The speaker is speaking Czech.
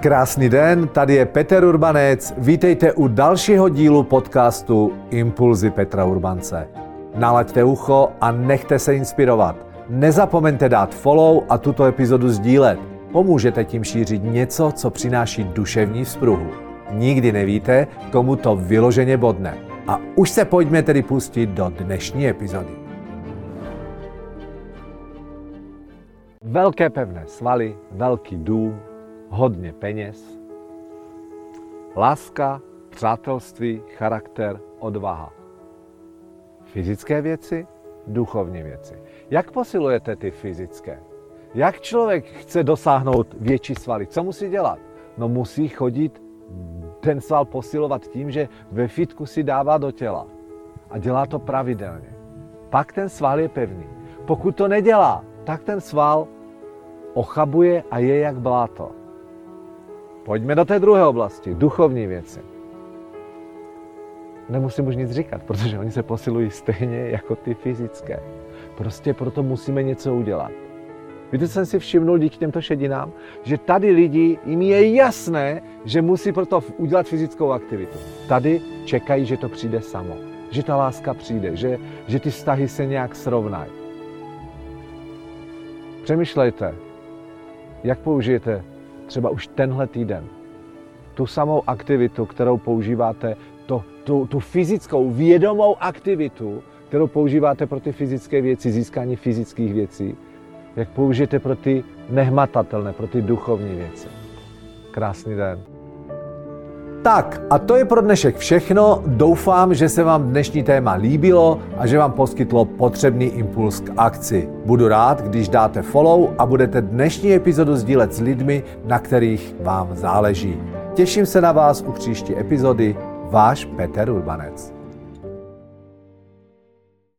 Krásný den, tady je Petr Urbanec. Vítejte u dalšího dílu podcastu Impulzy Petra Urbance. Nalaďte ucho a nechte se inspirovat. Nezapomeňte dát follow a tuto epizodu sdílet. Pomůžete tím šířit něco, co přináší duševní vzpruhu. Nikdy nevíte, komu to vyloženě bodne. A už se pojďme tedy pustit do dnešní epizody. Velké pevné svaly, velký dům, hodně peněz, láska, přátelství, charakter, odvaha. Fyzické věci, duchovní věci. Jak posilujete ty fyzické? Jak člověk chce dosáhnout větší svaly? Co musí dělat? No musí chodit, ten sval posilovat tím, že ve fitku si dává do těla. A dělá to pravidelně. Pak ten sval je pevný. Pokud to nedělá, tak ten sval ochabuje a je jak bláto. Pojďme do té druhé oblasti, duchovní věci. Nemusím už nic říkat, protože oni se posilují stejně jako ty fyzické. Prostě proto musíme něco udělat. Víte, co jsem si všimnul díky těmto šedinám? Že tady lidi, jim je jasné, že musí proto udělat fyzickou aktivitu. Tady čekají, že to přijde samo. Že ta láska přijde, že ty vztahy se nějak srovnají. Přemýšlejte, jak použijete třeba už tenhle týden tu samou aktivitu, kterou používáte, tu fyzickou, vědomou aktivitu, kterou používáte pro ty fyzické věci, získání fyzických věcí, jak použijete pro ty nehmatatelné, pro ty duchovní věci. Krásný den. Tak a to je pro dnešek všechno. Doufám, že se vám dnešní téma líbilo a že vám poskytlo potřebný impuls k akci. Budu rád, když dáte follow a budete dnešní epizodu sdílet s lidmi, na kterých vám záleží. Těším se na vás u příští epizody. Váš Petr Urbanec.